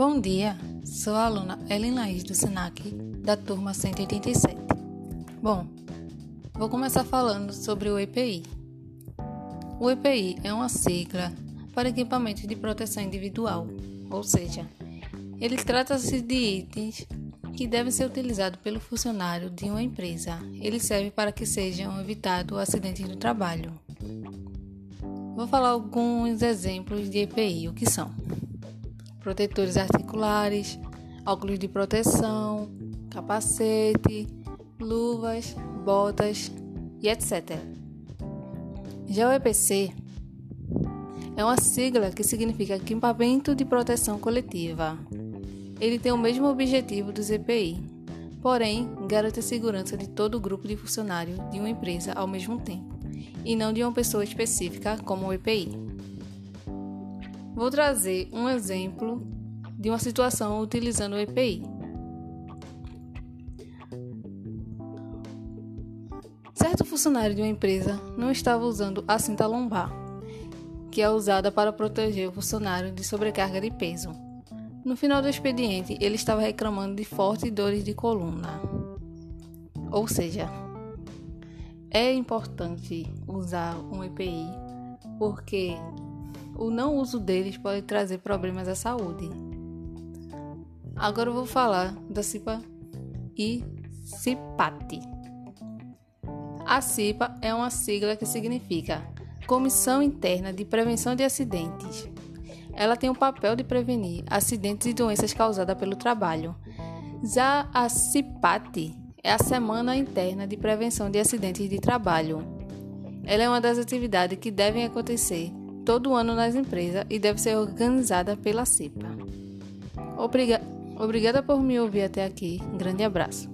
Bom dia, sou a aluna Ellen Laís do SENAC, da turma 187. Bom, vou começar falando sobre o EPI. O EPI é uma sigla para equipamentos de proteção individual, ou seja, ele trata-se de itens que devem ser utilizados pelo funcionário de uma empresa. Ele serve para que sejam evitados acidentes no trabalho. Vou falar alguns exemplos de EPI, o que são: protetores articulares, óculos de proteção, capacete, luvas, botas e etc. Já o EPC é uma sigla que significa Equipamento de Proteção Coletiva. Ele tem o mesmo objetivo dos EPI, porém garante a segurança de todo o grupo de funcionários de uma empresa ao mesmo tempo, e não de uma pessoa específica como o EPI. Vou trazer um exemplo de uma situação utilizando o EPI. Certo funcionário de uma empresa não estava usando a cinta lombar, que é usada para proteger o funcionário de sobrecarga de peso. No final do expediente, ele estava reclamando de fortes dores de coluna. Ou seja, é importante usar um EPI porque o não uso deles pode trazer problemas à saúde. Agora eu vou falar da CIPA e CIPAT. A CIPA é uma sigla que significa Comissão Interna de Prevenção de Acidentes. Ela tem o papel de prevenir acidentes e doenças causadas pelo trabalho. Já a CIPAT é a Semana Interna de Prevenção de Acidentes de Trabalho. Ela é uma das atividades que devem acontecer todo ano nas empresas e deve ser organizada pela CIPA. Obrigada por me ouvir até aqui. Um grande abraço.